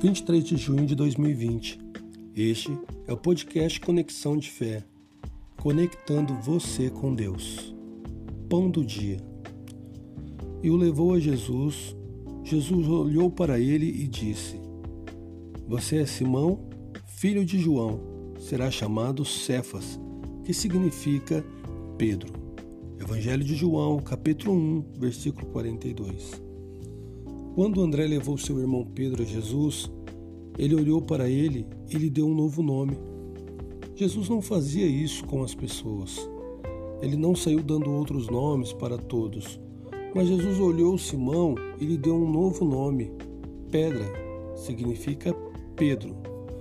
23 de junho de 2020. Este é o podcast Conexão de Fé, conectando você com Deus. Pão do dia. E o levou a Jesus. Jesus olhou para ele e disse: Você é Simão, filho de João, será chamado Cefas, que significa Pedro. Evangelho de João, capítulo 1, versículo 42. Quando André levou seu irmão Pedro a Jesus, ele olhou para ele e lhe deu um novo nome. Jesus não fazia isso com as pessoas. Ele não saiu dando outros nomes para todos. Mas Jesus olhou Simão e lhe deu um novo nome. Pedra significa Pedro.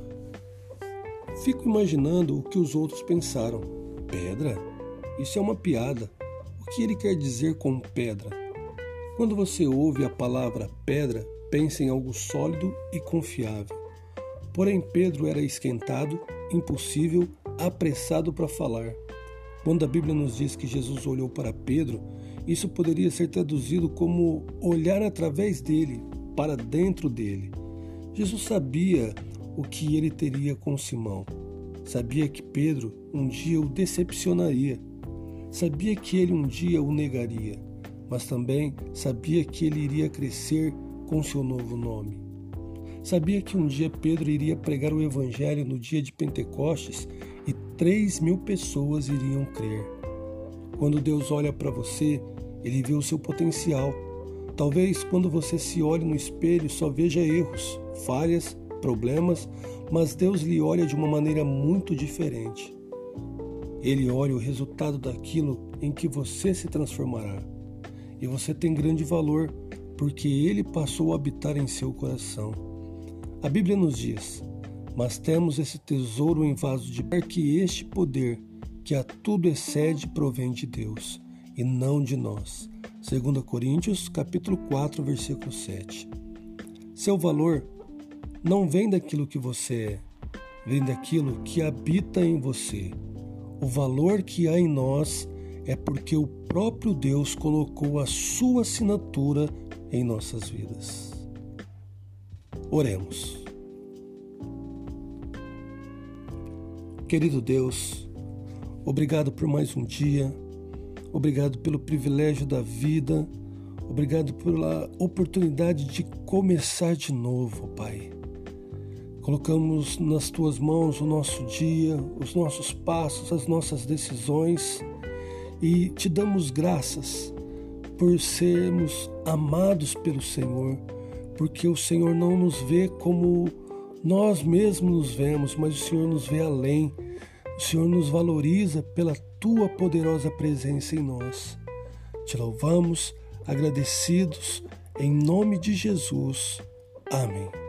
Fico imaginando o que os outros pensaram. Pedra? Isso é uma piada. O que ele quer dizer com pedra? Quando você ouve a palavra pedra, pense em algo sólido e confiável. Porém, Pedro era esquentado, impossível, apressado para falar. Quando a Bíblia nos diz que Jesus olhou para Pedro, isso poderia ser traduzido como olhar através dele, para dentro dele. Jesus sabia o que ele teria com Simão. Sabia que Pedro um dia o decepcionaria. Sabia que ele um dia o negaria. Mas também sabia que ele iria crescer com seu novo nome. Sabia que um dia Pedro iria pregar o Evangelho no dia de Pentecostes e 3.000 pessoas iriam crer. Quando Deus olha para você, Ele vê o seu potencial. Talvez quando você se olhe no espelho só veja erros, falhas, problemas, mas Deus lhe olha de uma maneira muito diferente. Ele olha o resultado daquilo em que você se transformará. E você tem grande valor, porque Ele passou a habitar em seu coração. A Bíblia nos diz: mas temos esse tesouro em vaso de barro, que este poder, que a tudo excede, provém de Deus, e não de nós. 2 Coríntios, capítulo 4, versículo 7. Seu valor não vem daquilo que você é, vem daquilo que habita em você. O valor que há em nós é porque o próprio Deus colocou a sua assinatura em nossas vidas. Oremos. Querido Deus, obrigado por mais um dia, obrigado pelo privilégio da vida, obrigado pela oportunidade de começar de novo, Pai. Colocamos nas Tuas mãos o nosso dia, os nossos passos, as nossas decisões e Te damos graças por sermos amados pelo Senhor, porque o Senhor não nos vê como nós mesmos nos vemos, mas o Senhor nos vê além. O Senhor nos valoriza pela Tua poderosa presença em nós. Te louvamos, agradecidos, em nome de Jesus. Amém.